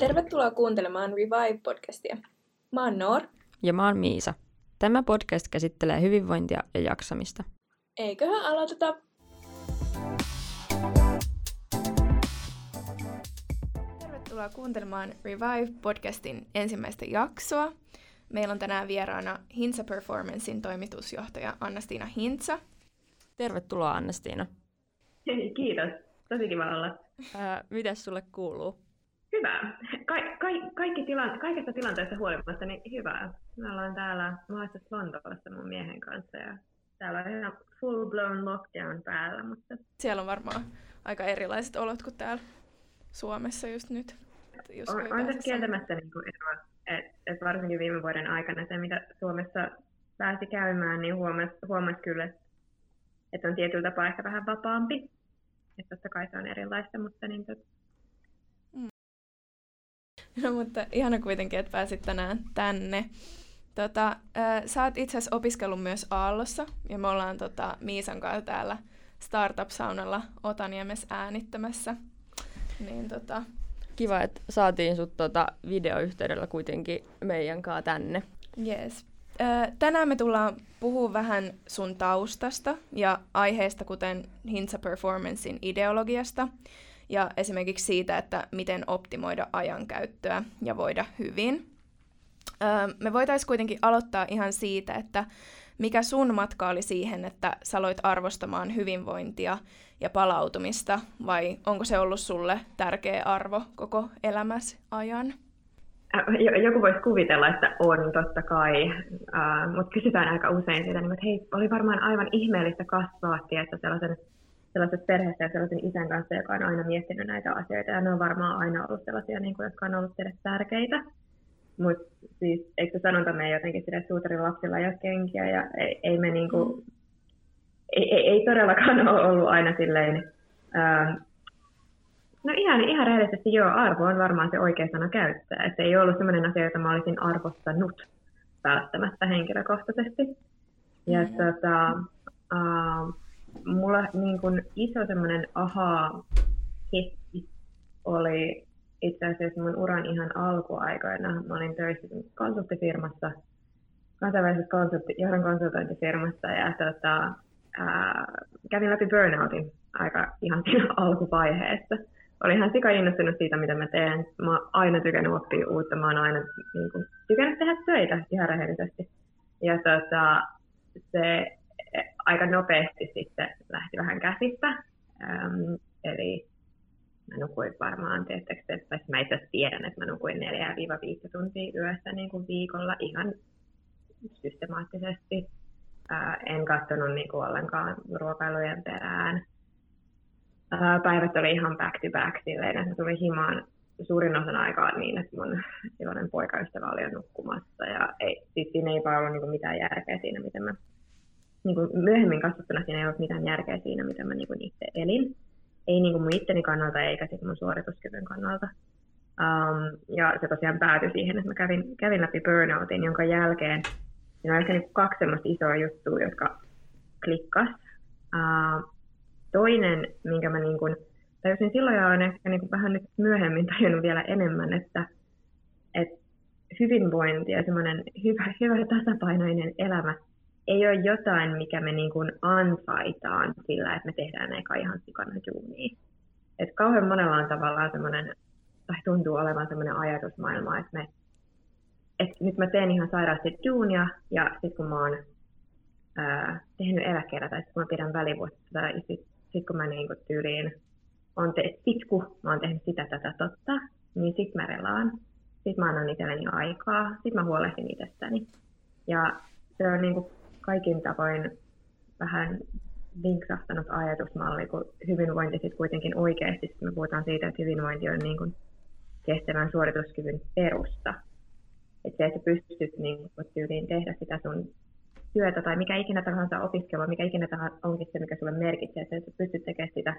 Tervetuloa kuuntelemaan Revive-podcastia. Mä oon Noor. Ja mä oon Miisa. Tämä podcast käsittelee hyvinvointia ja jaksamista. Eiköhän aloiteta. Tervetuloa kuuntelemaan Revive-podcastin ensimmäistä jaksoa. Meillä on tänään vieraana Hintsa Performancein toimitusjohtaja Anna-Stiina Hintsa. Tervetuloa Anna-Stiina. Hei, kiitos. Tosi kiva olla. Mitäs sulle kuuluu? Hyvä. Kaikista tilanteista huolimatta niin hyvää. Me ollaan täällä maassa Lontoossa mun miehen kanssa ja täällä on ihan full blown lockdown päällä. Mutta... Siellä on varmaan aika erilaiset olot kuin täällä Suomessa just nyt. On tässä kieltämättä niin eroa, että varsinkin viime vuoden aikana se, mitä Suomessa pääsi käymään, niin huomasi kyllä, että on tietyllä tapaa ehkä vähän vapaampi. Että totta kai se on erilaista, mutta niin No mutta ihana kuitenkin, että pääsit tänään tänne. Sä oot itse asiassa opiskellut myös Aallossa, ja me ollaan Miisan kanssa täällä Startup-saunalla Otaniemessä äänittämässä. Niin, Kiva, että saatiin sut videoyhteydellä kuitenkin meidän kanssa tänne. Yes. Tänään me tullaan puhumaan vähän sun taustasta ja aiheesta, kuten Hintsa Performancein ideologiasta, ja esimerkiksi siitä, että miten optimoida ajankäyttöä ja voida hyvin. Me voitaisiin kuitenkin aloittaa ihan siitä, että mikä sun matka oli siihen, että sä aloit arvostamaan hyvinvointia ja palautumista, vai onko se ollut sulle tärkeä arvo koko elämäsi ajan? Joku voisi kuvitella, että on totta kai, mutta kysytään aika usein siitä, että hei, oli varmaan aivan ihmeellistä kasvaa tietää sellaisessa perheessä ja sellaisen isän kanssa, joka on aina miettinyt näitä asioita, ja ne on varmaan aina ollut sellaisia, jotka on ollut teille tärkeitä. Mutta siis, eikö se sanonta mene jotenkin sille suutarin lapsilla ei ole kenkiä, ja ei me niinku, ei todellakaan ole ollut aina silleen, no ihan rehellisesti joo, arvo on varmaan se oikea sana käyttää, että ei ollut sellainen asia, jota mä olisin arvostanut välttämättä henkilökohtaisesti. Ja mulla niin kun iso semmoinen aha-hetki oli itse asiassa mun uran ihan alkuaikoina. Mä olin töissä konsulttifirmassa, kansainvälisessä johdon konsultointifirmassa, ja kävin läpi burnoutin aika ihan siinä alkuvaiheessa. Olin ihan sika innostunut siitä, mitä mä teen. Mä oon aina tykännyt oppia uutta, mä oon aina tykännyt tehdä töitä ihan rehellisesti. Ja se aika nopeasti sitten lähti vähän käsistä. Eli mä nukuin varmaan, mä itse asiassa tiedän, että mä nukuin 4-5 tuntia yössä niin kuin viikolla ihan systemaattisesti. En katsonut niin kuin ollenkaan ruokailujen perään. Päivät oli ihan back to back silleen, että tuli himaan suurin osan aikaa niin, että mun silloinen poikaystävä oli jo nukkumassa. Ja siinä ei vaan ollut niin kuin mitään järkeä siinä, miten mä niin kuin myöhemmin kasvattuna siinä ei ollut mitään järkeä siinä, mitä mä niin kuin itse elin. Ei niin kuin mun itteni kannalta eikä sit mun suorituskyvyn kannalta. Ja se tosiaan päätyi siihen, että mä kävin läpi burnoutin, jonka jälkeen siinä on ehkä niin 2 semmoista isoa juttua, jotka klikkas. Toinen, minkä mä niin kuin tajusin silloin ja olen ehkä niin kuin vähän nyt myöhemmin tajunnut vielä enemmän, että hyvinvointi ja semmoinen hyvä tasapainoinen elämä ei ole jotain, mikä me niin kuin ansaitaan sillä, että me tehdään eka ihan sikana duunia. Että kauhean monella on tavallaan semmoinen, tai tuntuu olevan semmoinen ajatusmaailma, että nyt mä teen ihan sairaasti duunia, ja sitten kun mä oon tehnyt eläkkeellä, tai sitten kun mä pidän välivuotta, tai sitten kun mä niin kuin tyyliin kun mä oon tehnyt sitä, tätä, totta, niin sit mä relaan. Sit mä annan itselleni aikaa, sit mä huolehdin itsestäni. Ja se on niin kuin kaikin tavoin vähän vinksahtanut ajatusmalli, kun hyvinvointi sitten kuitenkin oikeasti, me puhutaan siitä, että hyvinvointi on niin kuin kestävän suorituskyvyn perusta. Että se, että sä pystyt niin tyyliin tehdä sitä sun työtä tai mikä ikinä tahansa opiskelua, mikä ikinä tahansa onkin se, mikä sulle merkitsee, että sä pystyt tekemään sitä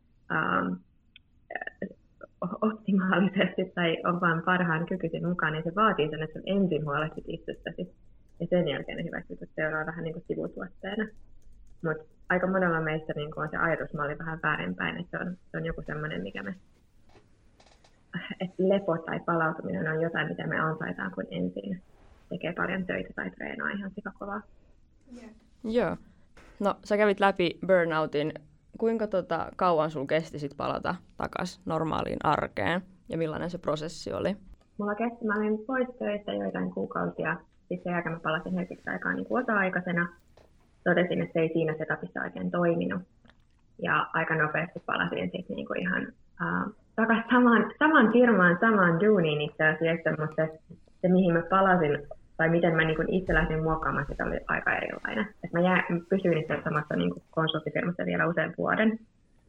optimaalisesti tai on vain parhaan kykyisin mukaan, niin se vaatii sen, että sä ensin huolehdit itsestäsi ja sen jälkeen ne hyväksytyt seuraa vähän niin kuin sivutuotteena. Mutta aika monella meistä niin on se ajatusmalli vähän väärinpäin, että se on joku semmoinen, mikä me että lepo tai palautuminen on jotain, mitä me ansaitaan, kun ensin tekee paljon töitä tai treenaa ihan sikakovaa. Yeah. Joo. No, sä kävit läpi burnoutin. Kuinka kauan sulla kesti sit palata takaisin normaaliin arkeen ja millainen se prosessi oli? Mulla kesti, mä olin pois töistä joitain kuukausia. Sitten sen jälkeen mä palasin hetkeksi aikaa niin osa-aikaisena. Totesin, että se ei siinä setupissa oikein toiminut. Ja aika nopeasti palasin sitten niin ihan takaisin saman firmaan, samaan duuniin itse asiassa, mutta se mihin mä palasin, tai miten mä niin itse lähdin muokkaamaan, sitä oli aika erilainen. Et mä pysyin itse samassa niin konsulttifirmassa vielä usean vuoden.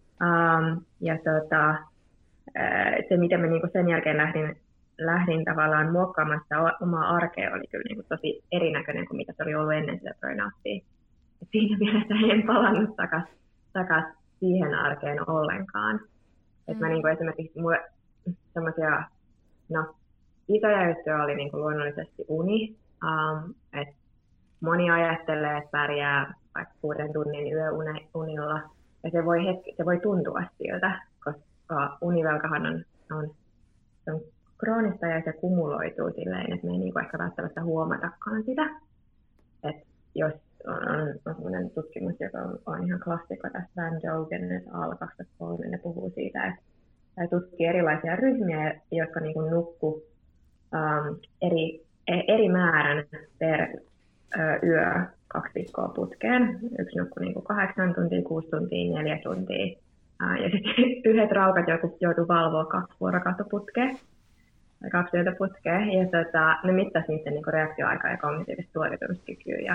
Se, miten mä niin sen jälkeen lähdin tavallaan muokkaamaan sitä omaa arkea, oli kyllä niin tosi erinäköinen kuin mitä se oli ollut ennen sitä burnouttia. Siinä mielessä en palannut takaisin siihen arkeen ollenkaan. Että mä niin esimerkiksi semmoisia, isoja juttuja oli niin luonnollisesti uni. Moni ajattelee, että pärjää vaikka 6 tunnin yöunilla. Ja se voi tuntua siltä, koska univelkahan on kroonista ja se kumuloituu silleen, että me ei niin ehkä välttämättä huomatakaan sitä. Että jos on sellainen tutkimus, joka on ihan klassikko tässä Van Dogen AL-2003, ne puhuu siitä, että tutkii erilaisia ryhmiä, jotka niin nukkuu eri määrän per yö 2 viikkoa putkeen. Yksi nukkui niin 8 tuntia, 6 tuntia, 4 tuntia. Ja sitten yhdet raukat joutuu valvoa 2 vuorokautta putkeen, tai 2 yötä putkeen. Ja ne mittasivat niiden niin reaktioaikaa ja kognitiivista suoriutumiskykyä. Ja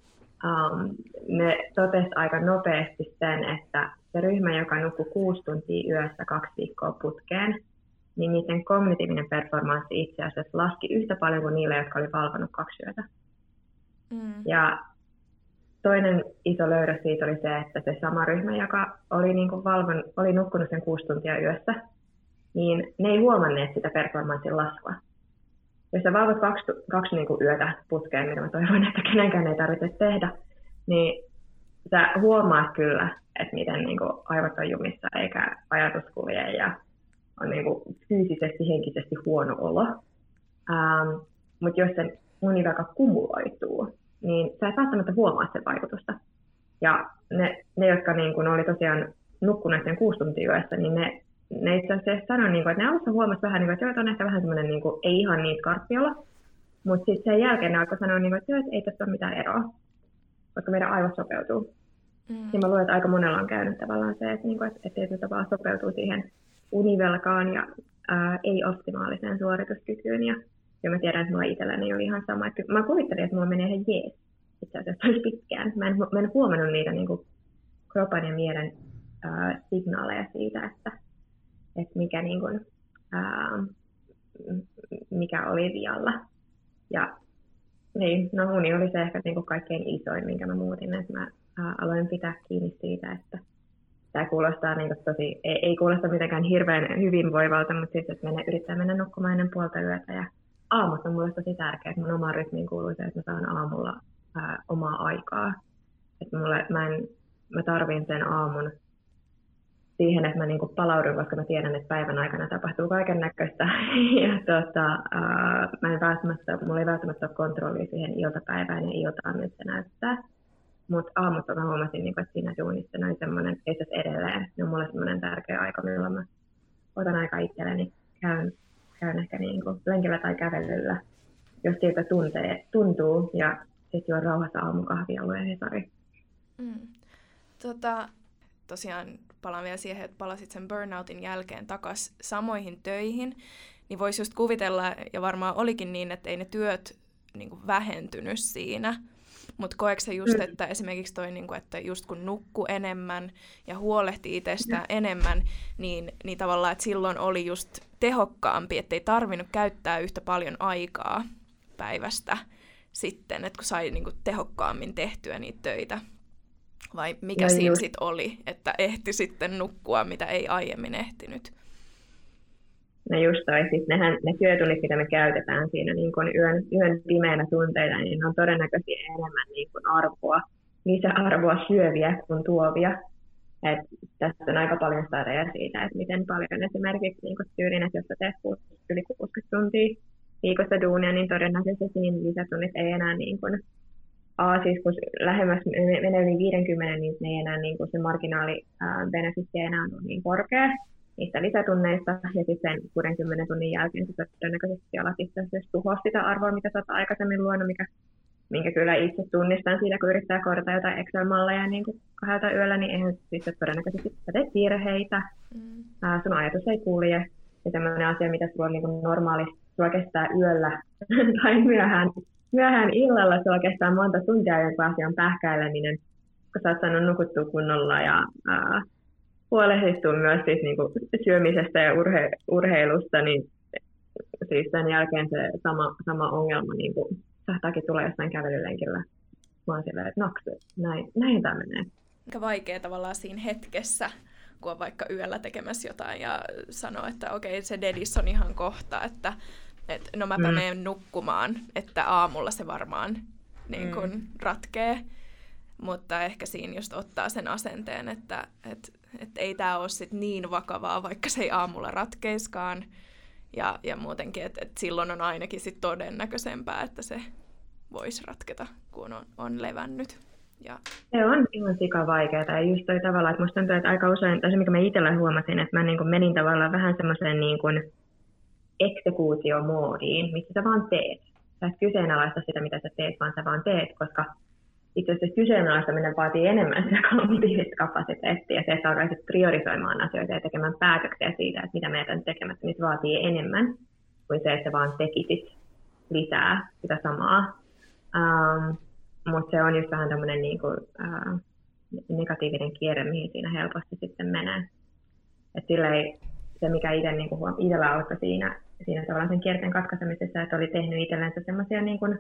ne totesi aika nopeasti sen, että se ryhmä, joka nukkui 6 tuntia yössä 2 viikkoa putkeen, niin niiden kognitiivinen performanssi itse asiassa laski yhtä paljon kuin niille, jotka oli valvonut 2 yötä. Ja toinen iso löydös siitä oli se, että se sama ryhmä, joka oli, oli nukkunut sen 6 tuntia yössä, niin ne ei huomanneet sitä performanssin laskua. Jos sä valvot 2 yötä putkeen, mitä mä toivon, että kenenkään ei tarvitse tehdä, niin sä huomaat kyllä, että miten aivot on jumissa eikä ajatus kulje ja on fyysisesti, henkisesti huono olo. Mutta jos se univelka kumuloituu, niin sä et välttämättä huomaa sen vaikutusta. Ja ne jotka oli tosiaan nukkuneet sen 6 tuntia yössä, niin ne itse asiassa sanoi, että ne alussa huomasi vähän, että joo, on ehkä vähän semmoinen ei ihan niin skarppiolla. Mutta sitten sen jälkeen ne alkoi sanoa, että joo, ei tässä ole mitään eroa, koska meidän aivot sopeutuu. Ja mä luulen, että aika monella on käynyt tavallaan se, että tietyllä tavalla sopeutuu siihen univelkaan ja ei-optimaaliseen suorituskykyyn. Ja mä tiedän, että mulla itselläni oli ihan sama. Että mä kuvittelin, että mulla menee ihan jees. Itse asiassa olisi pitkään. Mä en huomannut niitä kropan ja mielen signaaleja siitä, että mikä oli vialla. Ja niin, uni oli se ehkä kaikkein isoin, minkä mä muutin. Että mä aloin pitää kiinni siitä, että tämä kuulostaa tosi, ei kuulosta mitenkään hirveän hyvinvoivalta, mutta siis, että yrittää mennä nukkumaan ennen puolta yötä. Ja aamut on mulle tosi tärkeää, että mun omaan rytmiin kuuluu se, että mä saan aamulla omaa aikaa. Että mä tarvin sen aamun siihen, että mä palaudun, koska mä tiedän, että päivän aikana tapahtuu kaiken näköistä. Ja mulla ei välttämättä ole kontrollia siihen iltapäivään ja iltaan, miltä se näyttää. Mutta aamut mä huomasin, että siinä duunissa on semmoinen, ei se edelleen, ne on mulle semmoinen tärkeä aika, milloin mä otan aika itselleni, käyn ehkä lenkillä tai kävelyllä, jos siltä tuntuu, ja sitten juon rauhassa aamukahvia ja luen Hesari. Tosiaan palaan vielä siihen, että palasit sen burnoutin jälkeen takaisin samoihin töihin, niin voisi just kuvitella, ja varmaan olikin niin, että ei ne työt vähentynyt siinä. Mutta koetko sä just, että esimerkiksi toi, että just kun nukkuu enemmän ja huolehti itsestä enemmän, niin tavallaan, että silloin oli just tehokkaampi, ettei tarvinnut käyttää yhtä paljon aikaa päivästä sitten, että kun sai tehokkaammin tehtyä niitä töitä? Vai mikä siinä sitten oli, että ehti sitten nukkua, mitä ei aiemmin ehtinyt? No just toi, siis ne työtunnit, mitä me käytetään siinä yön pimeänä tunteina, niin ne on todennäköisesti enemmän lisäarvoa syöviä kuin tuovia. Et tässä on aika paljon stareja siitä, että miten paljon esimerkiksi niin tyylin, että jos sä teet yli 60 tuntia viikossa duunia, niin todennäköisesti niin lisätunnit ei enää niin kuin, siis kun lähemmäs menee yli 50, niin ne ei enää niin kuin se marginaalibenefitti ei enää ole niin korkea niistä lisätunneista, ja sitten 60 tunnin jälkeen se todennäköisesti alat itse asiassa tuhoa sitä arvoa, mitä sä oot aikaisemmin luonut, minkä kyllä itse tunnistan siitä, kun yrittää koodata jotain Excel-malleja niin 2 yöllä, niin eihän sitten todennäköisesti sä teet virheitä, sun ajatus ei kulje, ja sellainen asia, mitä sulla niin normaalisti sulla kestää yöllä tai myöhään illalla, sulla kestää monta tuntia jonkun asian pähkäileminen, kun sä oot saanut nukuttua kunnolla ja huolehdittua myös siis niin kuin syömisestä ja urheilusta, niin siis sen jälkeen se sama ongelma niin kuin saattaakin tulla jossain kävelylenkillä. Mä oon silleen, että näin tämä menee. Aika vaikea tavallaan siinä hetkessä, kun on vaikka yöllä tekemässä jotain ja sanoo, että okei, se dedis on ihan kohta, että no mäpä menen nukkumaan, että aamulla se varmaan niin kun ratkee. Mutta ehkä siinä just ottaa sen asenteen, että ei tämä ole sit niin vakavaa, vaikka se ei aamulla ratkeiskaan. Ja muutenkin, että silloin on ainakin sit todennäköisempää, että se voisi ratketa, kun on levännyt. Ja se on ihan sikavaikeaa. Ja just toi tavalla, että musta tuntuu, että aika usein, tai se mikä mä itsellä huomasin, että mä niin kuin menin tavallaan vähän semmoiseen niin kuin eksekuutiomoodiin, missä sä vaan teet. Sä et kyseenalaista sitä, mitä sä teet, vaan sä vaan teet, koska itse asiassa kyseenalaistaminen vaatii enemmän sitä kognitiivista kapasiteettia. Se, että alkaisit priorisoimaan asioita ja tekemään päätöksiä siitä, että mitä meidän tekemättä, niin se vaatii enemmän kuin se, että vaan tekisit lisää sitä samaa. Mutta se on just vähän tämmöinen niinku, negatiivinen kierre, mihin siinä helposti sitten menee. Et silleen, se, mikä itsellä auttoi siinä tavallaan sen kierteen katkaisemisessa, että oli tehnyt itsellensä semmoisia,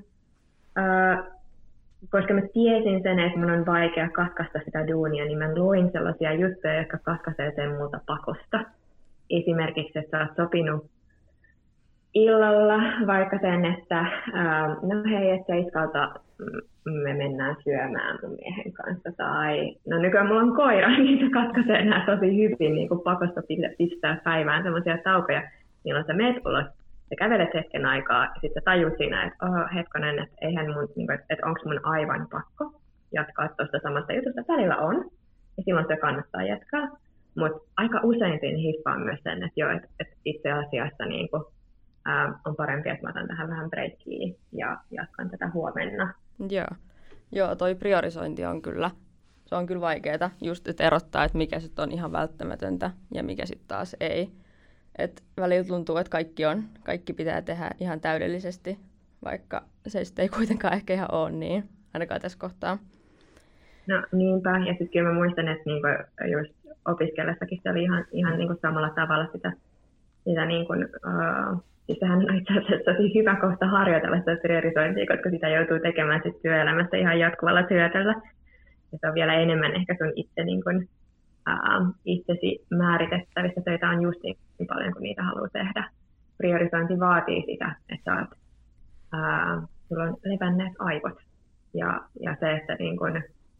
koska mä tiesin sen, että mun on vaikea katkaista sitä duunia, niin mä loin sellaisia juttuja, jotka katkaisee sen multa pakosta. Esimerkiksi, että sä oot sopinut illalla vaikka sen, että no hei, että 7 me mennään syömään mun miehen kanssa. Tai no nykyään mulla on koira, niin se katkaisee nämä tosi hyvin niin kuin pakosta pistää päivään sellaisia taukoja, milloin sä meet ulos. Sä kävelet hetken aikaa ja sitten tajut siinä, että hetkonen, että eihän mun, että onko mun aivan pakko jatkaa tuosta samasta jutusta. Välillä on, ja silloin se kannattaa jatkaa. Mutta aika usein siinä hiffaan myös sen, että joo, että itse asiassa niin kuin, on parempi, että mä otan tähän vähän breikkiä ja jatkan tätä huomenna. Joo, toi priorisointi on kyllä, se on kyllä vaikeaa, just että erottaa, että mikä sitten on ihan välttämätöntä ja mikä sitten taas ei. Et välillä tuntuu, että kaikki pitää tehdä ihan täydellisesti, vaikka se sitten ei kuitenkaan ehkä ihan ole niin, ainakaan tässä kohtaa. No niinpä, ja sitten kyllä mä muistan, että niinku just opiskellessakin se oli ihan niinku samalla tavalla sitä niinku, siis sehän on itse asiassa tosi hyvä kohta harjoitella sitä priorisointia, koska sitä joutuu tekemään sit työelämässä ihan jatkuvalla syötöllä. Ja se on vielä enemmän ehkä sun itse niinku, itsesi määritettävissä töitä on just niin paljon kuin niitä haluaa tehdä. Priorisointi vaatii sitä, että sulla on levänneet aivot. Ja se, että niin kun,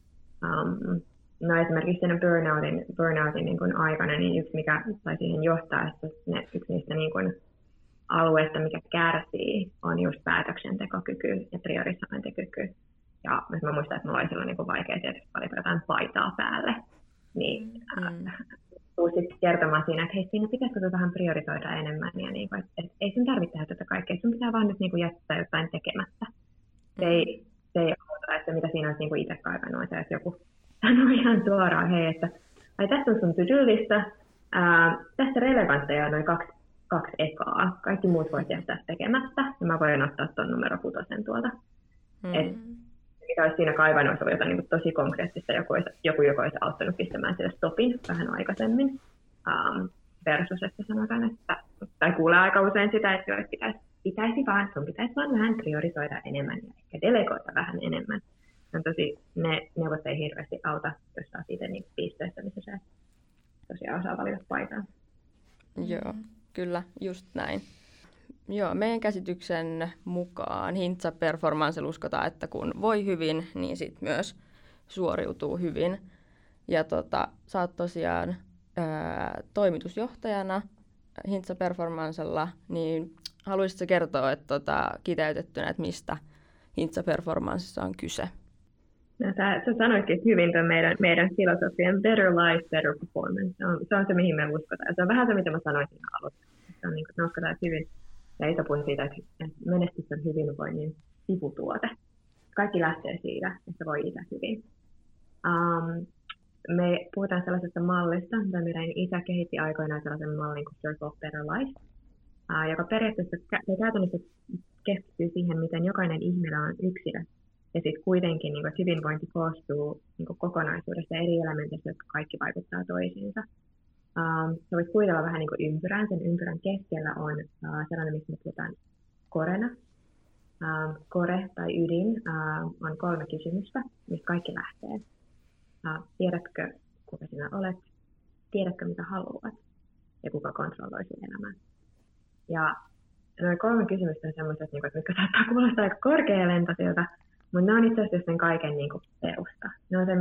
no esimerkiksi siinä burnoutin niin kun aikana, niin yksi mikä sai siihen johtaa, että yksi niistä niin kun alueista, mikä kärsii, on just päätöksentekokyky ja priorisointikyky. Ja mä muistan, että mulla oli silloin niin vaikea tietysti valita jotain paitaa päälle. Niin uusit kertomaan siinä, että hei, siinä pitäisikö vähän priorisoida enemmän. Ja niin kuin, että ei sun tarvitse tehdä tätä kaikkea, sun pitää vaan nyt niin kuin jättää jotain tekemättä. Se ei auta, että mitä siinä olisi niin kuin itse kaivannut, että joku sanoo ihan suoraan, hei, että ai, tässä on sun to-do-lista, tässä relevantteja on noin kaksi ekaa. Kaikki muut voit jättää tekemättä, ja mä voin ottaa tuon numero 6 tuolta. Mikä olisi siinä kaivannut, olisi ollut jotain niin tosi konkreettista, joku olisi auttanut pistämään sille stopin vähän aikaisemmin, versus, että sanotaan, että, tai kuulee aika usein sitä, että sun pitäisi vaan vähän priorisoida enemmän ja ehkä delegoida vähän enemmän. Ne neuvot ei hirveästi auta, jos saa siitä niin pisteestä, missä se tosiaan osaa valita paitaa. Joo, kyllä, just näin. Joo, meidän käsityksen mukaan Hintsa-performance uskotaan, että kun voi hyvin, niin sitten myös suoriutuu hyvin. Ja sä oot tosiaan toimitusjohtajana Hintsa Performancella, niin haluaisitko kertoa, että kiteytettynä, että mistä Hintsa Performancessa on kyse? No, sä sanoitkin hyvin tuon meidän filosofian Better Life, Better Performance. Se on se, mihin me uskotaan. Se on vähän se, mitä mä sanoin siinä alussa. Se on niin kuin, me uskotaan hyvin, ja iso puhun siitä, että menestys on hyvinvoinnin sivutuote. Kaikki lähtee siitä, että voi itse hyvin. Me puhutaan sellaisesta mallista, mitä meidän isä kehitti aikoinaan sellaisen mallin kuin Circle of Better Life, joka periaatteessa käytännössä keskittyy siihen, miten jokainen ihminen on yksilö. Ja sitten kuitenkin niin hyvinvointi koostuu niin kokonaisuudesta eri elementeistä, jotka kaikki vaikuttaa toisiinsa. Se voisi kuvitella vähän niin kuin ympyrän. Sen ympyrän keskellä on sellainen, missä me puhutaan korena. Kore tai ydin on 3 kysymystä, mistä kaikki lähtee. Tiedätkö, kuka sinä olet? Tiedätkö, mitä haluat? Ja kuka kontrolloi sun elämää? Ja nuo 3 kysymystä on sellaiset, mitkä saattaa kuulostaa aika korkealentoisilta, mutta ne on itse asiassa sen kaiken perusta. Ne on se,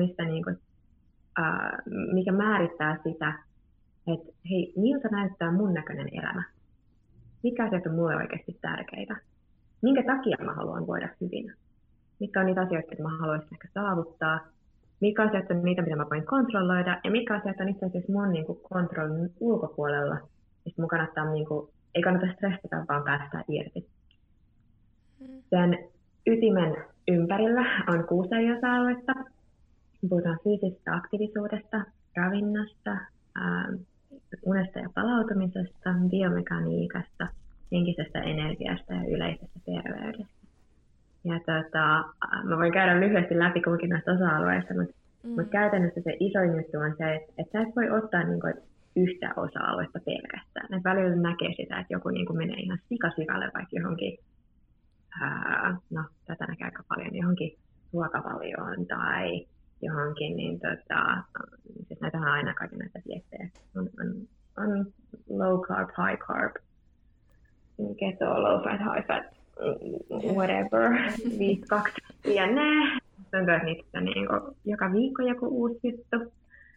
mikä määrittää sitä, että hei, miltä näyttää mun näköinen elämä? Mitkä asiat on mulle oikeasti tärkeitä? Minkä takia mä haluan voida hyvin? Mitkä on niitä asioita, joita mä haluaisin ehkä saavuttaa? Mitkä asiat on niitä, mitä mä voin kontrolloida? Ja mitkä asiat on itse asiassa mun kontrollin ulkopuolella? Ja mun kannattaa, ei kannata stressata, vaan päästää irti. Sen ytimen ympärillä on 6 eri osa-aluetta. Puhutaan fyysisestä aktiivisuudesta, ravinnosta, unesta ja palautumisesta, biomekaniikasta, henkisestä energiasta ja yleisestä terveydestä. Ja mä voin käydä lyhyesti läpi kuitenkin näistä osa-alueista, mutta käytännössä se isoin juttu on se, että sä et voi ottaa yhtä osa-aluetta pelkästään. Et välillä näkee sitä, että joku menee ihan sikasivalle vaikka johonkin, tätä näkee aika paljon, johonkin ruokavalioon tai johonkin, siis näitähän on aina kaikki näitä viettejä. On low carb, high carb, keto, low fat, high fat, whatever, 5-2 jne. Tuntuu, että niitä joka viikko joku uusi juttu.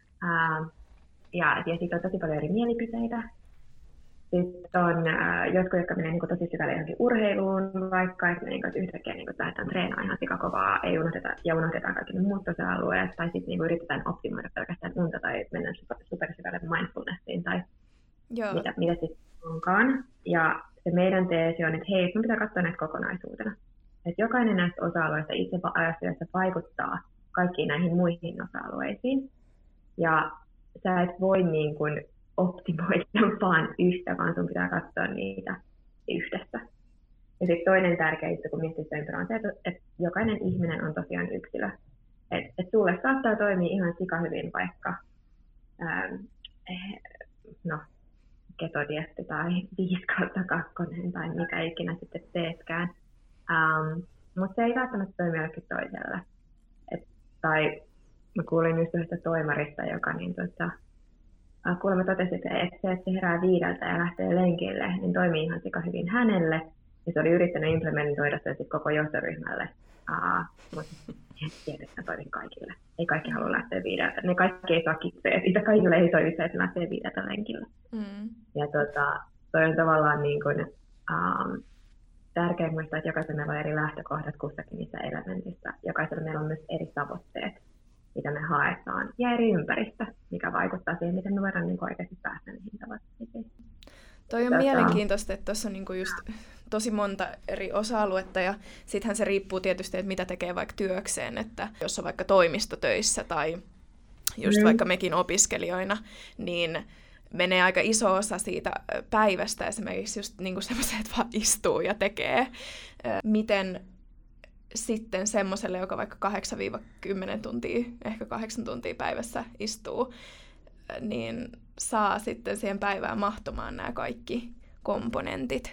Ja siitä on tosi paljon eri mielipiteitä. Sitten on jotkut, jotka menee tosi syvälle johonkin urheiluun, vaikka että me yhtäkkiä lähdetään treenaamaan ihan sikakovaa, ei unohdetaan kaikki ne muut osa-alueet, tai sitten yritetään optimoida pelkästään unta tai mennä supersyvälle mindfulnessiin tai mitä sitten onkaan. Ja se meidän teesi on, että hei, sun pitää katsoa näitä kokonaisuutena. Että jokainen näistä osa-alueista itse asiassa vaikuttaa kaikkiin näihin muihin osa-alueisiin. Ja sä et voi optimoida vaan yhtä, vaan sun pitää katsoa niitä yhdessä. Ja sitten toinen tärkeä juttu, kun miettii sitä on se, että jokainen ihminen on tosiaan yksilö. Että sulle saattaa toimia ihan sikahyvin vaikka ketodietti tai 5/2 tai mikä ikinä sitten teetkään. Mutta se ei välttämättä toimi jollekin toiselle. Tai mä kuulin just yhdestä toimarista, joka kuulemma totesi, että se, että se herää 5 ja lähtee lenkille, niin toimii ihan sika hyvin hänelle. Ja se oli yrittänyt implementoida sen sitten koko johtoryhmälle. Mutta tietenkään toimi kaikille. Ei kaikki halua lähteä 5. Ne kaikki ei saa kitseä. Siitä kaikille ei toimi se, että lähtee 5 lenkille. Ja toi on tavallaan tärkeää muistaa, että jokaisella meillä on eri lähtökohdat kussakin niissä elementissä. Jokaisella meillä on myös eri tavoitteet, mitä me haetaan, ja eri ympäristö, mikä vaikuttaa siihen, miten me voidaan oikeasti päästä niihin tavoitteisiin. Toi on mielenkiintoista, että tuossa on just tosi monta eri osa-aluetta, ja sittenhän se riippuu tietysti, että mitä tekee vaikka työkseen, että jos on vaikka toimistotöissä tai just vaikka mekin opiskelijoina, niin menee aika iso osa siitä päivästä esimerkiksi just semmoiseen, että vaan istuu ja tekee. Miten sitten semmoiselle, joka vaikka 8-10 tuntia, ehkä 8 tuntia päivässä istuu, niin saa sitten siihen päivään mahtumaan nämä kaikki komponentit.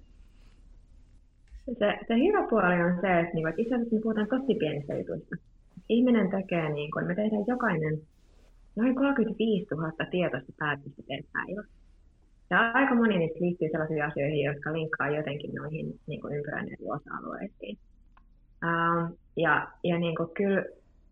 Se hyvä puoli on se, että itse asiassa me puhutaan tosi pienistä jutuista. Ihminen tekee, me tehdään jokainen noin 35 000 tietoista päätöstä per päivä. Ja aika moni niistä liittyy sellaisiin asioihin, jotka linkkaa jotenkin noihin ympyrän eri osa-alueisiin. Ja kyllä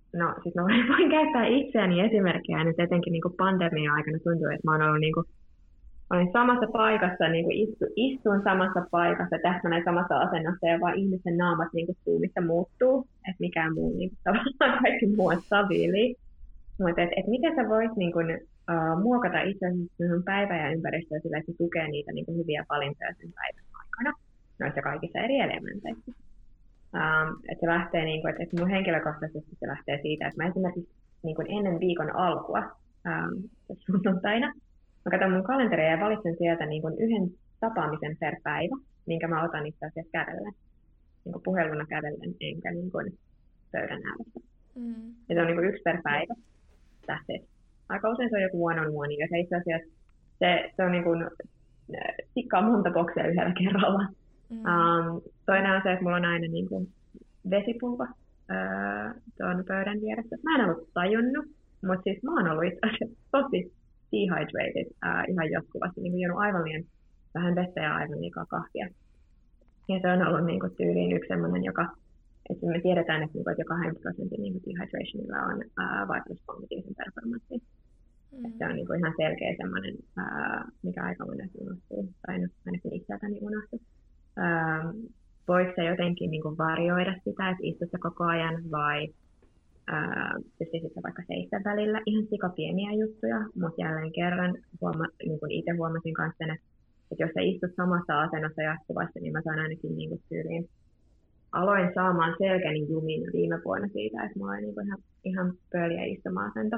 no sit mä voin käyttää itseäni esimerkkiä nyt etenkin niin kuin pandemian aikana tuntuu, että mä oon ollut niin kuin, olen samassa paikassa, niin kuin istun samassa paikassa, täsmälleen samassa asennossa ja vaan ihmisten naamat niin kuin Zoomissa muuttuu, että mikään muu niin kuin, tavallaan kaikki muu on stabiili. Mutta miten sä voit niin kuin, muokata itse asiassa päivä ja ympäristöä sillä, että se tukee niitä niin kuin, hyviä valintoja sen päivän aikana noissa kaikissa eri elementeissä. Että se lähtee, niin kuin, että mun henkilökohtaisesti se lähtee siitä, että mä esimerkiksi niin kuin ennen viikon alkua sunnuntaina mä katson mun kalenteria ja valitsen sieltä niin kuin yhden tapaamisen per päivä, minkä mä otan itse asiassa kävellen. Niin kuin puheluna kävellen, enkä niin kuin pöydän ääressä. Ja se on niin kuin yksi per päivä. Aika usein se on joku one-on-one, ja se itse asiassa se on niin kuin tikkaa monta boksia yhdellä kerralla. Toinen on se, että mulla on aina niin kuin vesipullo tuon pöydän vieressä. Mä en ollut tajunnut, mutta siis mä oon ollut itse asiassa tosi dehydrated ihan jatkuvasti, niin kuin juonut aivan liian vähän vettä ja aivan liikaa kahvia. Ja se on ollut niin kuin tyyliin yksi sellainen, että me tiedetään, että jo 2% niin dehydrationilla on vaikutus kognitiivisen performanssiin. Se on niin kuin ihan selkeä sellainen, mikä aika monesti unohtuu, tai ainakin itseltäni unohtuu. Voiko se jotenkin niin kuin varjoida sitä, että istut koko ajan vai pystyisit vaikka seistä välillä? Ihan sika pieniä juttuja, mutta jälleen kerran niin kuin itse huomasin kanssa sen, että jos sä istut samassa asennossa jatkuvasti, niin mä saan ainakin niin kuin tyyliin. Aloin saamaan selkäni jumin viime vuonna siitä, että mulla oli niin kuin ihan pöliä istuma-asento.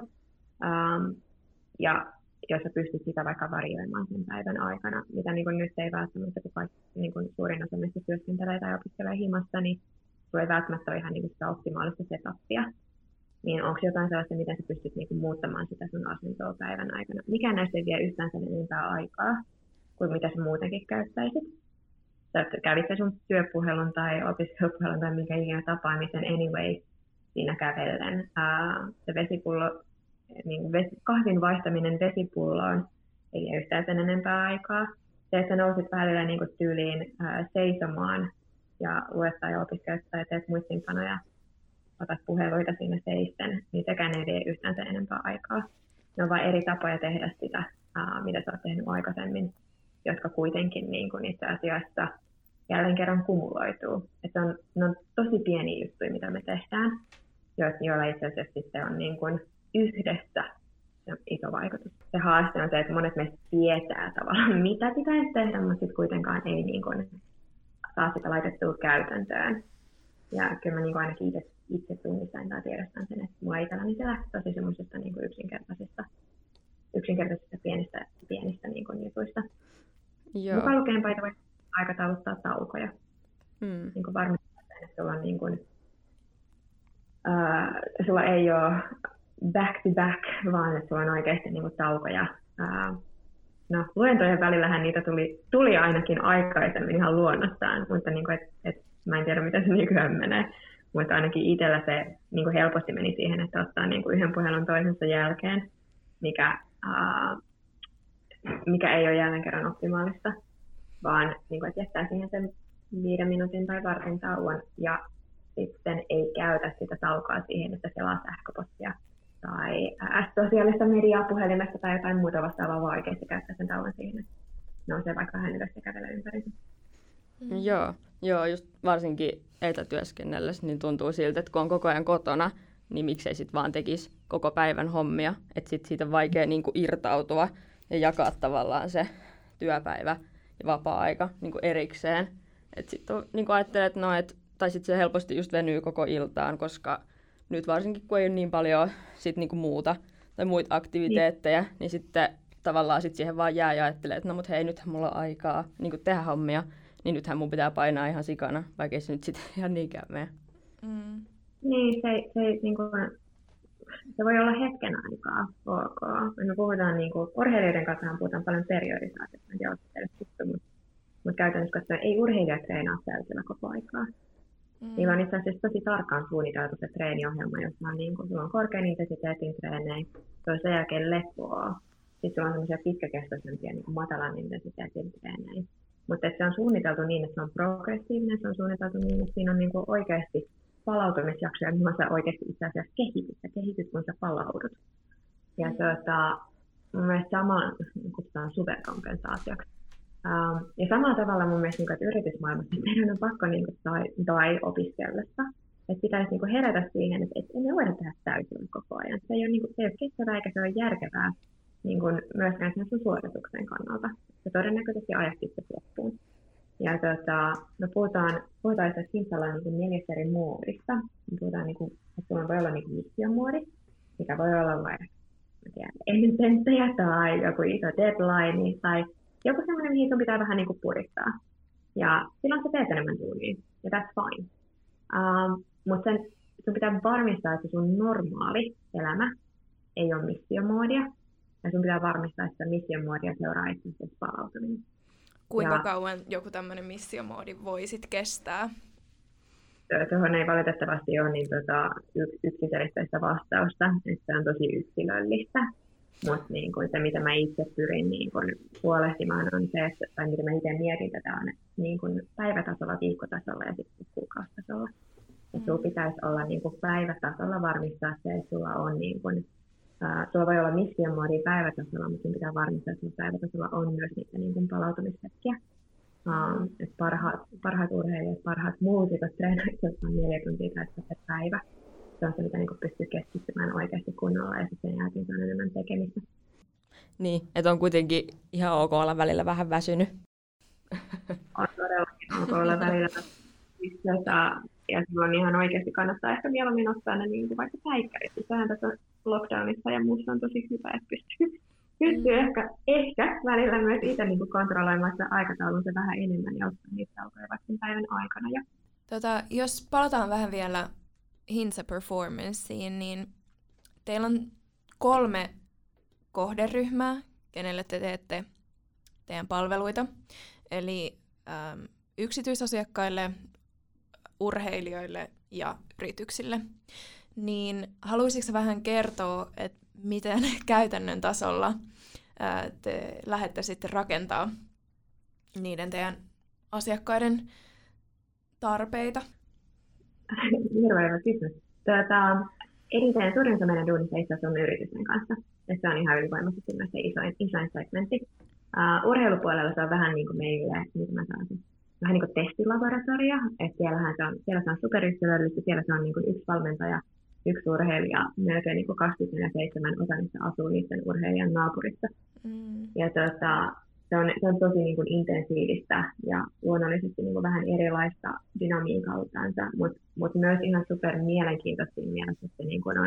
Ja jos sä pystyt sitä vaikka varjoimaan sen päivän aikana, mitä niin kuin nyt ei välttämättä, kun niin kuin suurin osa meistä työskentelee tai opiskelee himasta, niin sulla ei välttämättä ole ihan niin kuin sitä optimaalista setupia. Niin onko jotain sellaista, miten sä pystyt niin kuin muuttamaan sitä sun asentoa päivän aikana? Mikään näistä ei vie yhtään sen enempää aikaa kuin mitä sä muutenkin käyttäisit. Sä kävit sun työpuhelun tai opiskelupuhelun tai minkä ikinä tapaamisen anyway siinä kävellen. Se vesipullo, niin kahvin vaihtaminen vesipulloon ei vie yhtään sen enempää aikaa. Se, että sä nousit välillä niin kuin tyyliin seisomaan ja luet tai opiskelet tai teet muistinpanoja, otat puheluita siinä seisten, niin sekään ei vie yhtään sen enempää aikaa. Ne on vain eri tapoja tehdä sitä, mitä sä oot tehnyt aikaisemmin, jotka kuitenkin niin kuin itse asiassa jälleen kerran kumuloituu. Että ne on tosi pieniä juttuja, mitä me tehdään, joilla itse asiassa sitten on niin kuin yhdessä se iso vaikutus. Se haaste on se, että monet meistä tietää tavallaan, mitä pitäisi tehdä, mutta sitten kuitenkaan ei niin kuin saa sitä laitettua käytäntöön. Ja kyllä mä niin kuin ainakin itse tunnistan tai tiedostan sen, että mulla itselläni se lähti tosi semmoisesta niin kuin yksinkertaisista pienistä niin kuin jutuista. Mukaan lukeen paita aikatauluttaa taukoja. Niin kuin varmistaa sen, että sulla, on niin kuin, sulla ei ole back to back, vaan että sulla on oikeasti niin kuin taukoja. No, luentojen välillähän niitä tuli ainakin aikaisemmin ihan luonnostaan, mutta niin kuin, mä en tiedä, mitä se nykyään menee. Mutta ainakin itsellä se niin kuin helposti meni siihen, että ottaa niin kuin yhden puhelun toisensa jälkeen, mikä ei ole jälleen kerran optimaalista, vaan niin kuin, että jättää siihen sen 5 minuutin tai vartin tauon ja sitten ei käytä sitä taukoa siihen, että selaa sähköpostia tai sosiaalista mediaa puhelimesta tai jotain muuta vastaavaa, vaan oikeasti käyttää sen tauon siihen, että nousee vaikka vähän ylös ja kävelee ympäri. Joo, just varsinkin etätyöskennellessä niin tuntuu siltä, että kun on koko ajan kotona, niin miksei sit vaan tekisi koko päivän hommia. Että sit siitä on vaikea niin kuin irtautua ja jakaa tavallaan se työpäivä ja vapaa-aika niin kuin erikseen. Että sitten niin ajattelee, että tai sitten se helposti just venyy koko iltaan, koska nyt varsinkin kun ei ole niin paljon sit niin kuin muuta tai muita aktiviteetteja, niin sitten tavallaan sit siihen vaan jää ja ajattelee, että no mut hei, nythän mulla on aikaa niin kuin tehdä hommia. Niin nythän mun pitää painaa ihan sikana, vaikka ei se nyt sitten ihan niinkään mene. Niin, se voi olla hetken aikaa. Me puhutaan, niin kuin, urheilijoiden kanssa puhutaan paljon periodisaatiosta, ja mutta käytännössä katsoen ei urheilijat treenaa täysillä koko aikaa. Niillä on itse asiassa tosi tarkkaan suunniteltu se treeniohjelma, jossa on, niin kuin, sulla on korkean intensiteetin treenejä, se on sen jälkeen lepoa. Sitten sulla on sellaisia pitkäkestoisempia niin kuin matalan intensiteetin treenejä. Mutta se on suunniteltu niin, että se on progressiivinen, se on suunniteltu niin, että siinä on niinku oikeasti palautumisjaksoja, mihin sä oikeasti itse asiassa kehityt, kun sä palaudut. Ja mun mielestä sama kutsutaan superkompensaatioksi. Ja samalla tavalla mun mielestä, että yritysmaailmassa meidän on pakko tai opiskellessa, että pitäisi herätä siihen, että emme voida tehdä täysin koko ajan. Se ei ole kestävää eikä se ole järkevää myöskään sen sun suorituksen kannalta. Se todennäköisesti ajat sitten loppuun. Ja me puhutaan että Hintsalla on 4 eri muodista. Me puhutaan, että sulla voi olla missiomuodi, mikä voi olla vaikka ennen tenttejä tai joku iso deadline tai joku sellainen, mihin sun pitää vähän puristaa. Ja silloin sä teet enemmän duunia, ja that's fine. Mutta sun pitää varmistaa, että sun normaali elämä ei ole missiomuodia, ja sun pitää varmistaa, että missiomuodia seuraa itse asiassa palautuminen. Kuinka kauan joku tämmöinen missiomoodi voisit kestää? Tuohon ei valitettavasti ole yksiselitteistä vastausta, että se on tosi yksilöllistä. Mutta se, mitä mä itse pyrin huolehtimaan, on se, tai mitä mä itse mietin tätä, on päivätasolla, viikkotasolla ja sitten kuukausitasolla. Et sulla pitäisi olla päivätasolla varmistaa se, että sulla on sulla voi olla missiomuodia päivätasolla, mutta sun pitää varmistaa, että päivätasolla on myös niitä palautumishetkiä. Et parhaat urheilijat, parhaat muusikot treenaisivat on 4 tuntia per päivä. Se on se, mitä pystyy keskittymään oikeasti kunnolla ja sitten sen jälkeen se on enemmän tekemistä. Niin, että on kuitenkin ihan ok olla välillä vähän väsynyt. On todellakin ok olla välillä ja silloin ihan oikeasti kannattaa ehkä mieluummin ottaa ne vaikka päikkärit. Sehän tässä lockdownissa ja muussa on tosi hyvä, että pystyy ehkä välillä myös itse kontrolloimaan sitä aikataulunsa vähän enemmän ja ottaa niitä taukoja vaikka päivän aikana. Jos palataan vähän vielä Hintsa Performanceen, niin teillä on 3 kohderyhmää, kenelle te teette teidän palveluita. Eli yksityisasiakkaille, urheilijoille ja yrityksille. Niin haluaisitko vähän kertoa, että miten käytännön tasolla te lähdette sitten rakentaa niiden teidän asiakkaiden tarpeita? Hirveän hyvä kysymys. Eniten suurin osa meidän duunista itse asiassa on yritysten kanssa. Se on ihan ylivoimaisesti myös se isoin segmentti. Urheilupuolella se on vähän niin kuin meille, mitä mä sanoisin, vähän niin kuin testilaboratorio. Siellä se on superyksilöllistä, siellä se on niin kuin yksi valmentaja, yksi urheilija, melkein niin kuin 24/7 osa niistä asuu niiden urheilijan naapurissa. Ja se on tosi niin kuin intensiivistä ja luonnollisesti niin kuin vähän erilaista dynamiikaltaansa, mutta myös ihan super mielenkiintoista siinä mielessä, että niin kuin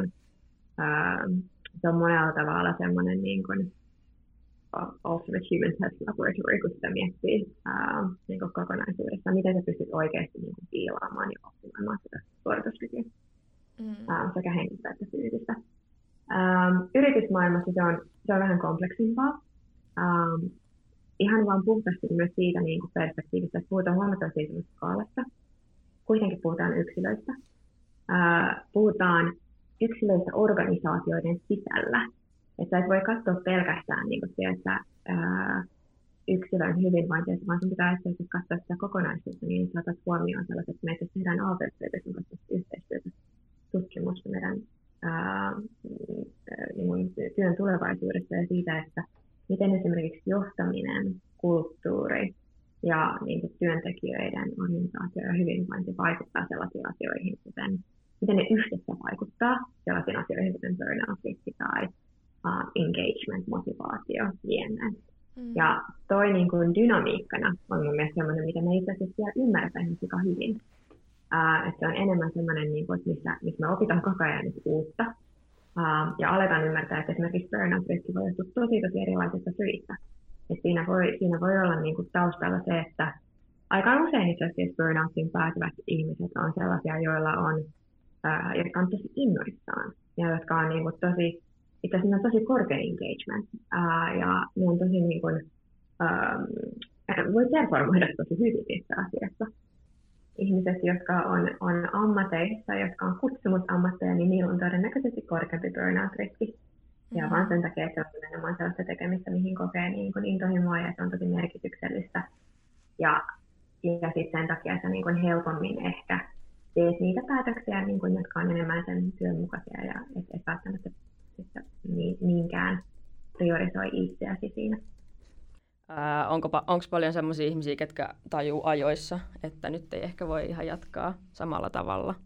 se on monella tavalla semmoinen niin kuin ultimate human test laboratory, kun sitä miettii niin kuin kokonaisuudessa, miten sä pystyt oikeasti niin kuin piilaamaan ja optimoimaan sitä suorituskykyä sekä henkistä että fyysistä. Yritysmaailmassa se on vähän kompleksimpaa. Ihan vaan puhtaasti myös siitä niin kuin perspektiivistä, että puhutaan huomattavasti siitä skaalasta. Kuitenkin puhutaan yksilöistä. Puhutaan yksilöistä organisaatioiden sisällä. Että et voi katsoa pelkästään niin kuin sieltä yksilön hyvinvointia, vaan sun pitää itse katsoa sitä kokonaisuutta, niin että otat huomioon sellaiset, että meitä tehdään AV-työtä, sun kanssa yhteistyötä, tutkimusta meidän työn tulevaisuudessa ja siitä, että miten esimerkiksi johtaminen, kulttuuri ja työntekijöiden organisaatio ja hyvinvointi vaikuttaa sellaisiin asioihin, miten ne yhdessä vaikuttaa sellaisiin asioihin, kuten burnout tai engagement, motivaatio, jne. Ja toi niin kuin dynamiikkana on mun mielestä sellainen, mitä me itse asiassa vielä ymmärtäisiin aika hyvin. Että se on enemmän sellainen, niin kuin, missä me opitaan koko ajan uutta. Ja aletaan ymmärtää, että esimerkiksi burnout-riski voi johtua tosi erilaisista syistä. Et siinä voi olla niin kuin taustalla se, että aika usein itse asiassa burnoutiin päätyvät ihmiset on sellaisia, jotka on tosi innoissaan ja jotka on niin kuin itse asiassa tosi korkea engagement ja ne on tosi niin kuin, voi performoida tosi hyvin itse asiassa. Ihmiset, jotka on ammateissa, jotka on kutsumusammatteja, niin niillä on todennäköisesti korkeampi burnout-riski. Ja vaan sen takia, että se on nimenomaan sellaista tekemistä, mihin kokee niin kuin intohimoa ja se on tosi merkityksellistä. Ja sitten sen takia se niin kuin helpommin ehkä teet niitä päätöksiä, niin kuin, jotka on enemmän sen työn mukaisia ja et välttämättä niinkään priorisoi itseäsi siinä. Onko paljon sellaisia ihmisiä, ketkä tajuu ajoissa, että nyt ei ehkä voi ihan jatkaa samalla tavalla?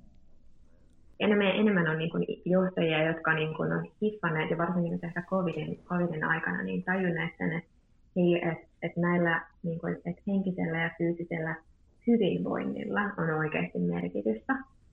Enemmän on niin kuin johtajia, jotka niin kuin on hiffanneet, ja varsinkin ehkä COVIDin aikana, niin tajunneet sen, että näillä niin kuin, että henkisellä ja fyysisellä hyvinvoinnilla on oikeasti merkitystä.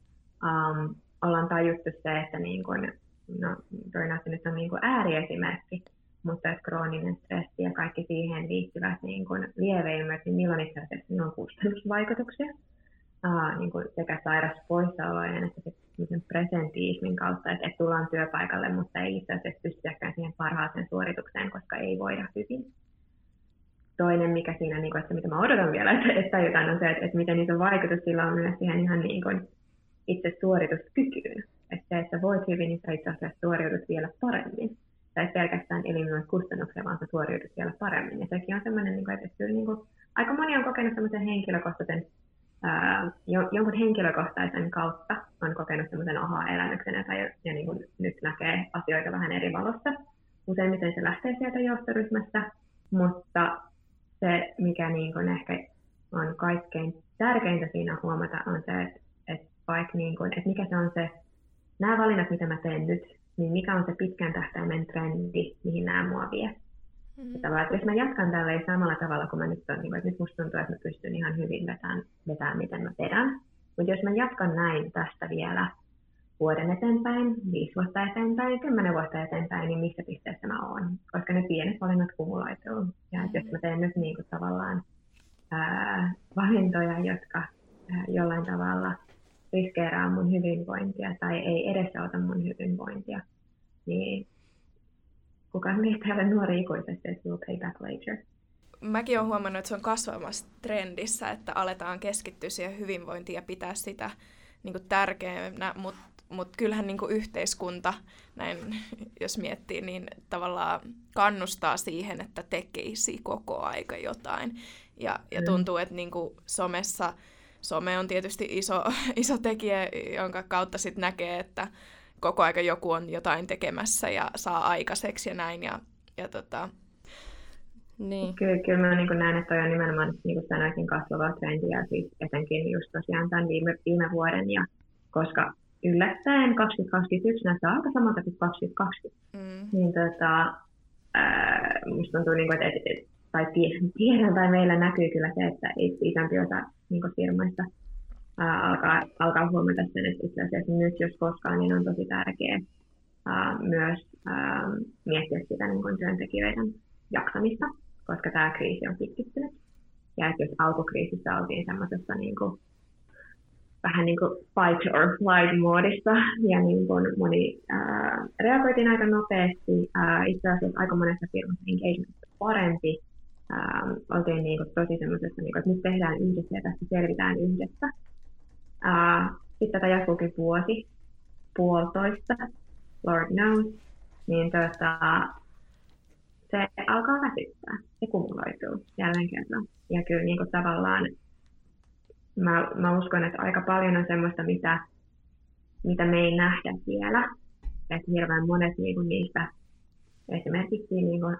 Ollaan tajuttu se, että niin kuin, no, Burnout nyt on niin kuin ääriesimerkki, mutta että krooninen stressi ja kaikki siihen liittyvät niin kuin lieveilmiöt, niin niillä on itse asiassa on kustannusvaikutuksia. Niin kuin sekä sairauspoissaolojen että sen presentismin kautta, että tullaan työpaikalle, mutta ei itse asiassa pystytäkään siihen parhaaseen suoritukseen, koska ei voida hyvin. Toinen, mikä siinä, niin kuin, että mitä mä odotan vielä, että tajutaan, on se, että miten iso vaikutus sillä on myös siihen ihan niin kuin itse suorituskykyyn. Että se, että voit hyvin, niin sä itse asiassa suoriudut vielä paremmin. Sä et pelkästään eliminoit kustannuksia, vaan sä suoriudut vielä paremmin. Ja sekin on sellainen, että kyllä niin kuin, aika moni on kokenut sellaisen henkilökohtaisen jonkun henkilökohtaisen kautta on kokenut semmoisen aha-elämyksen ja niin kuin nyt näkee asioita vähän eri valossa. Useimmiten se lähtee sieltä johtoryhmästä, mutta se, mikä niin kuin ehkä on kaikkein tärkeintä siinä huomata, on se, että vaikka niin kuin, että mikä se on se, nämä valinnat, mitä mä teen nyt, niin mikä on se pitkän tähtäimen trendi, mihin nämä mua vie. Että jos mä jatkan tälleen samalla tavalla kuin mä nyt on, niin että nyt musta tuntuu, että mä pystyn ihan hyvin vetämään miten mä vedän. Mutta jos mä jatkan näin tästä vielä vuoden eteenpäin, 5 vuotta eteenpäin, 10 vuotta eteenpäin, niin missä pisteessä mä oon? Koska ne pienet valinnat kumuloituu. Ja jos mä teen nyt niin kuin tavallaan valintoja, jotka jollain tavalla riskeeraa mun hyvinvointia tai ei edesauta mun hyvinvointia, niin kukaan meistä ei ole nuori ikuisesti, että will pay back later. Mäkin olen huomannut, että se on kasvamassa trendissä, että aletaan keskittyä siihen hyvinvointiin ja pitää sitä niin kuin tärkeänä, mutta kyllähän niin kuin yhteiskunta, näin jos miettii, niin tavallaan kannustaa siihen, että tekisi koko aika jotain. Ja tuntuu, että niin kuin some on tietysti iso tekijä, jonka kautta sitten näkee, että koko aika joku on jotain tekemässä ja saa aikaiseksi ja näin. Niin. Kyllä mä niin näen, että toi on nimenomaan niin kuin sanoisin kasvava trendi ja siis etenkin just tosiaan tämän viime vuoden. Ja koska yllättäen 2021 näyttää aika samalta kuin 2020, niin musta tuntuu, niin kuin, että tai tiedän tai meillä näkyy kyllä se, että isompi osa niin firmoista alkaa huomata sen, että itse asiassa nyt jos koskaan, niin on tosi tärkeää myös miettiä sitä niin kuin työntekijöiden jaksamista, koska tämä kriisi on pitkittynyt. Ja että jos alkukriisissä oltiin semmoisessa niin kuin, vähän niin kuin fight or flight -moodissa, ja niin kuin moni reagoitiin aika nopeasti. Itse asiassa aika monessa firmassa engagement on parempi. Oltiin niin kuin tosi semmoisessa, niin kuin, että nyt tehdään yhdessä ja tästä selvitään yhdessä. Sitten tätä jatkuukin vuosi, puolitoista, Lord knows, niin se alkaa väsyttää, se kumuloituu jälleen kerran. Ja kyllä niin kuin tavallaan mä uskon, että aika paljon on semmoista, mitä me ei nähdä vielä. Että hirveän monet niin kuin niistä esimerkiksi niin kuin,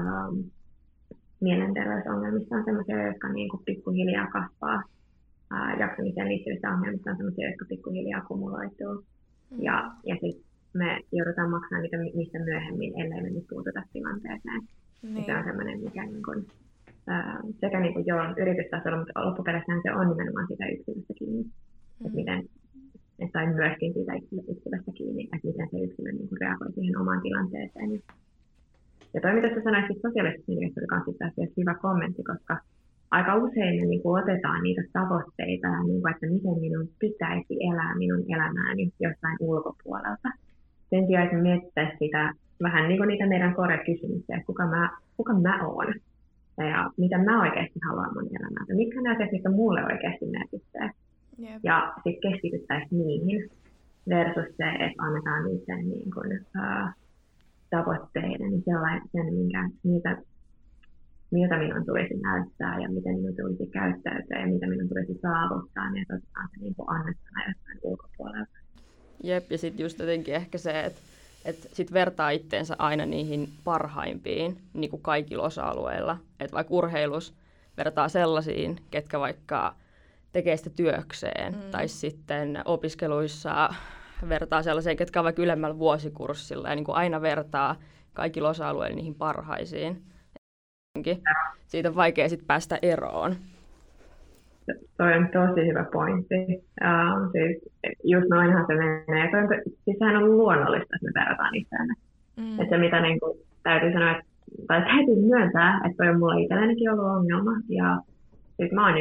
mielenterveysongelmista on semmoisia, jotka niin kuin pikkuhiljaa kasvaa. Jaksamiseen liittyvissä ongelmista on semmoisia, jotka pikkuhiljaa kumuloituu. Ja sitten me joudutaan maksamaan niitä mistä myöhemmin, ellei me nyt puututa tilanteeseen. Niin. Se on semmoinen, mikä niin kuin, sekä niin kuin yritystasolla, mutta loppuperäissähän se on nimenomaan sitä yksilöstä kiinni. Tai myöskin siitä yksilöstä kiinni, että miten se yksilö niin kuin reagoi siihen omaan tilanteeseen. Ja toi, mitä sä sanoit sosiaalisesta mediasta, oli myös hyvä kommentti, koska aika usein me niin kuin otetaan niitä tavoitteita, niin kuin, että miten minun pitäisi elää minun elämääni jossain ulkopuolelta. Sen sijaan, että me mietittäisiin sitä vähän niin kuin niitä meidän kysymyksiä, että kuka mä oon ja mitä mä oikeasti haluan mun elämään. Mitkä ne asiat, mitkä mulle oikeasti merkitsee. Yep. Ja sitten keskityttäisiin niihin versus se, että annetaan niiden niin kuin, tavoitteiden, niin sen, minkä niitä miltä minun tulisi näyttää ja miten minun tulisi käyttäytyä ja mitä minun tulisi saavuttaa, niin otetaan se niin annettuna jostain ulkopuolelta. Jep, ja sitten just jotenkin ehkä se, että sit vertaa itteensä aina niihin parhaimpiin niin kuin kaikilla osa-alueilla. Että vaikka urheilus vertaa sellaisiin, ketkä vaikka tekee sitä työkseen, tai sitten opiskeluissa vertaa sellaisiin, ketkä on vaikka ylemmällä vuosikurssilla, ja niin kuin aina vertaa kaikilla osa-alueilla niihin parhaisiin. Siitä on vaikea sitten päästä eroon. Toi on tosi hyvä pointti. Siis just noinhan se menee. Siis sehän on luonnollista, että me verrataan itseämme. Että se mitä niin kuin, täytyy sanoa, tai täytyy myöntää, että toi on mulla itsellänikin ollut ongelma. Ja siis mä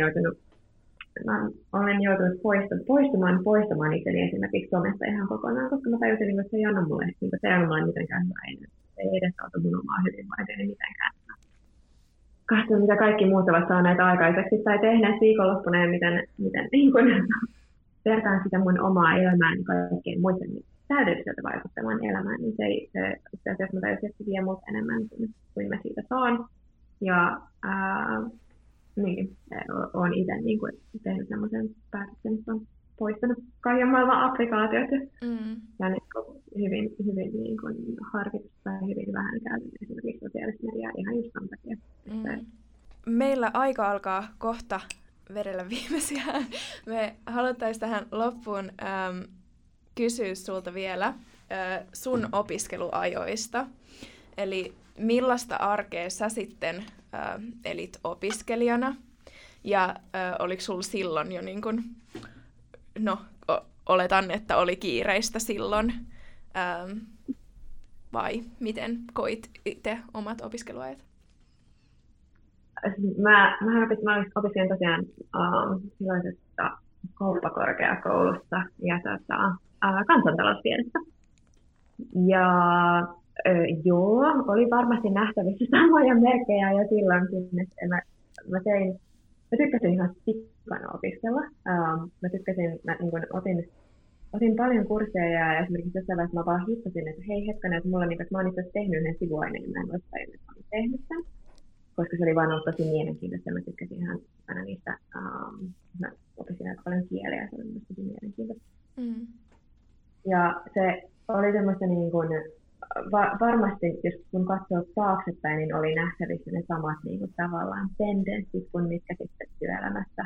olen joutunut poistamaan itseni esimerkiksi somesta ihan kokonaan, koska mä tajusin, että se ei anna mulle, se ei anna mulle mitenkään hyvää. Se ei edes auta mun omaa hyvinvointia mitenkään. Katsotaan, mitä kaikki muut ovat saaneet aikaiseksi tai tehneet viikonloppuna ja miten niin kun vertaan sitä mun omaa elämääni kaikkein muiden täydelliseltä vaikuttamaan elämään, niin se itse asiassa mä tajusin, että se vie multa enemmän kuin mä siitä saan. Ja niin, olen itse niin kuin tehnyt sellaisen päätöksen, että on poistanut kaiken maailman applikaatiot ja niin hyvin niin kuin harkittu tai hyvin vähän käytetty esimerkiksi sosiaalista mediaa ihan just tämän takia. Meillä aika alkaa kohta vedellä viimeisiä. Me haluttaisiin tähän loppuun kysyä sulta vielä sun opiskeluajoista. Eli millaista arkea sä sitten elit opiskelijana? Ja oliko sulla silloin jo niin kuin, oletan, että oli kiireistä silloin, vai miten koit itse omat opiskeluajat? Mä opiskelin tosiaan silloisessa kauppakorkeakoulussa ja kansantaloustiedessä. Ja joo, oli varmasti nähtävissä samoja merkkejä jo silloinkin, että mä tykkäsin ihan sikkana opiskella. Mä niin kun otin paljon kursseja ja esimerkiksi jossain vaiheessa mä vaan hissasin, että hei hetken, että mulla niin, että mä oon itse asiassa tehnyt yhden sivuaineen, niin mä en olisi tajunnut, että mä olin tehnyt sen. Koska se oli vaan ollut tosi mielenkiintoista. Mä tykkäsin ihan aina niistä, mä opisin aika paljon kieliä, se oli myös tosi mielenkiintoista. Ja se oli semmoista niin kuin, varmasti, jos kun katsoo taaksepäin, niin oli nähtävissä ne samat niin kuin, tavallaan tendenssit kuin mitkä sitten työelämässä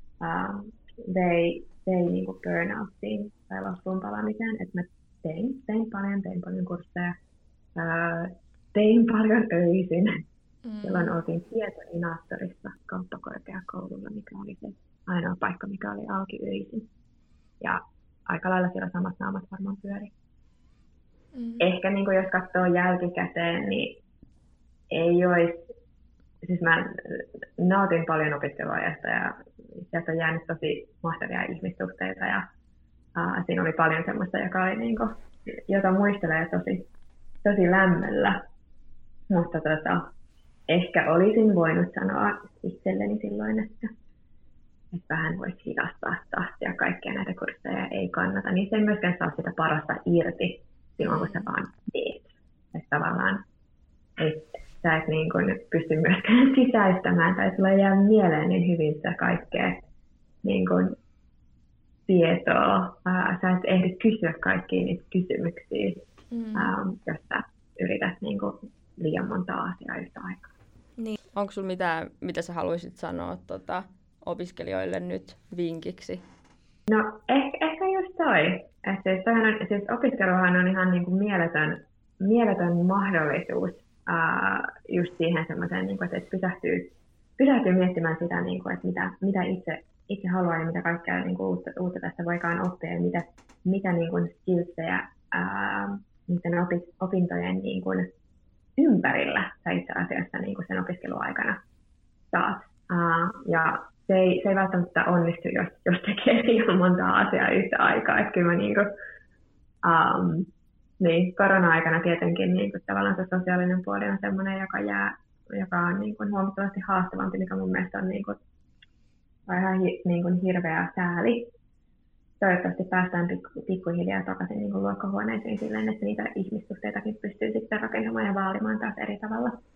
vei niin kuin burnouttiin tai laskuun palaamiseen. Että mä tein paljon kursseja, tein paljon öisin. Silloin oltiin tietoinaattorissa kauppakorkeakoululla, mikä oli se ainoa paikka, mikä oli auki öisin. Ja aika lailla siellä samat naamat varmaan pyöri. Ehkä niin kuin jos katsoo jälkikäteen, niin ei olisi... Siis mä nautin paljon opiskeluajasta ja sieltä on jäänyt tosi mahtavia ihmissuhteita. Ja siinä oli paljon semmoista, joka oli niin kuin, jota muistelee tosi lämmöllä. Mutta ehkä olisin voinut sanoa itselleni silloin, että vähän voisi hidastaa tahtia, kaikkia näitä kursseja ei kannata. Niin se ei myöskään saa sitä parasta irti silloin, kun sä vaan teet. Että tavallaan sä et niin kuin pysty myöskään sisäistämään tai sulla ei jää mieleen niin hyvin sitä kaikkea niin kuin tietoa. Sä et ehdi kysyä kaikkia niitä kysymyksiä, jos sä yrität niin kuin liian monta asiaa yhtä aikaa. Niin. Onko sinulla mitään, mitä sä haluaisit sanoa opiskelijoille nyt vinkiksi? No ehkä just toi. Siis opiskeluhan on ihan niin kuin mieletön mahdollisuus just siihen semmoiseen, niin kuin, että pysähtyy miettimään sitä, niin kuin, että mitä itse haluaa ja mitä kaikkea niin kuin uutta tästä voikaan oppia ja mitä niin kuin skillsejä niiden opintojen niin kuin ympärillä sä itse asiassa niin kuin sen opiskeluaikana saat. Ja se ei välttämättä onnistu, jos tekee liian monta asiaa yhtä aikaa. Että kyllä mä niin, korona-aikana tietenkin niin kuin tavallaan se sosiaalinen puoli on semmoinen, joka on niin kuin huomattavasti haastavampi, mikä mun mielestä on niin kuin, ihan niin kuin hirveä sääli. Toivottavasti päästään pikkuhiljaa takaisin niin kuin luokkahuoneisiin silleen, että niitä ihmissuhteitakin pystyy sitten rakentamaan ja vaalimaan taas eri tavalla.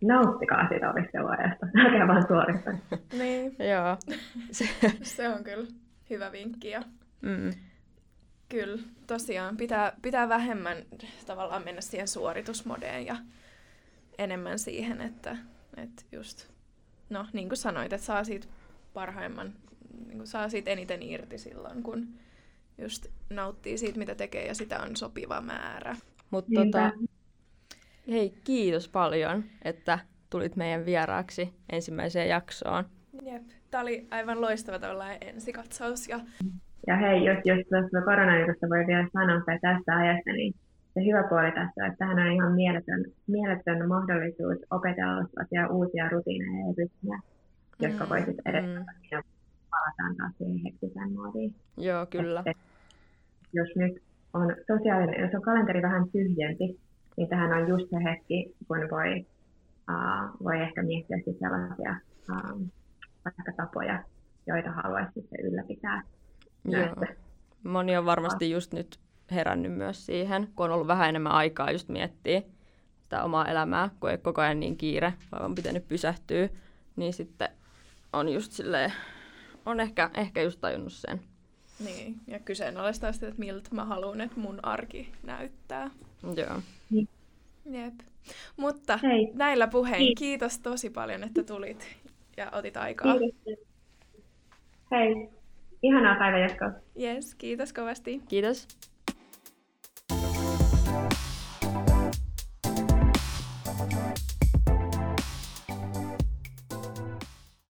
nauttikaa siitä opiskeluajasta. Älkää vaan suorittaa. Niin. Joo. Se on kyllä hyvä vinkki. Ja Mm. kyllä, tosiaan pitää vähemmän tavallaan mennä siihen suoritusmodeen ja enemmän siihen, että just, no niin kuin sanoit, että saa siitä parhaimman, niin kuin saa siitä eniten irti silloin, kun just nauttii siitä, mitä tekee ja sitä on sopiva määrä. Mutta hei, kiitos paljon, että tulit meidän vieraaksi ensimmäiseen jaksoon. Jep, tää oli aivan loistava tavallaan ensikatsaus. Ja hei, jos tuosta koronajutusta voi vielä sanoa tai tästä ajasta, niin se hyvä puoli tässä on, että tähän on ihan mieletön mahdollisuus opetella uusia rutiineja ja rytmiä, jotka voisit edetä ja palataan taas siihen hektisen moodiin. Joo, kyllä. Jos nyt on jos on kalenteri vähän tyhjempi, niin tähän on just se hetki, kun voi ehkä miettiä sellaisia vaikka tapoja, joita haluaisi sitten ylläpitää. Joo. Moni on varmasti just nyt herännyt myös siihen, kun on ollut vähän enemmän aikaa just miettiä sitä omaa elämää, kun ei koko ajan niin kiire, vaan on pitänyt pysähtyä, niin sitten on just silleen, on ehkä just tajunnut sen. Niin, ja kyseenalaistaa sitä, että miltä mä haluan, että mun arki näyttää. Joo. Jep. Mutta hei. Näillä puhein kiitos tosi paljon, että tulit ja otit aikaa. Kiitos. Hei, ihanaa päivänjatkoa. Yes, kiitos kovasti. Kiitos.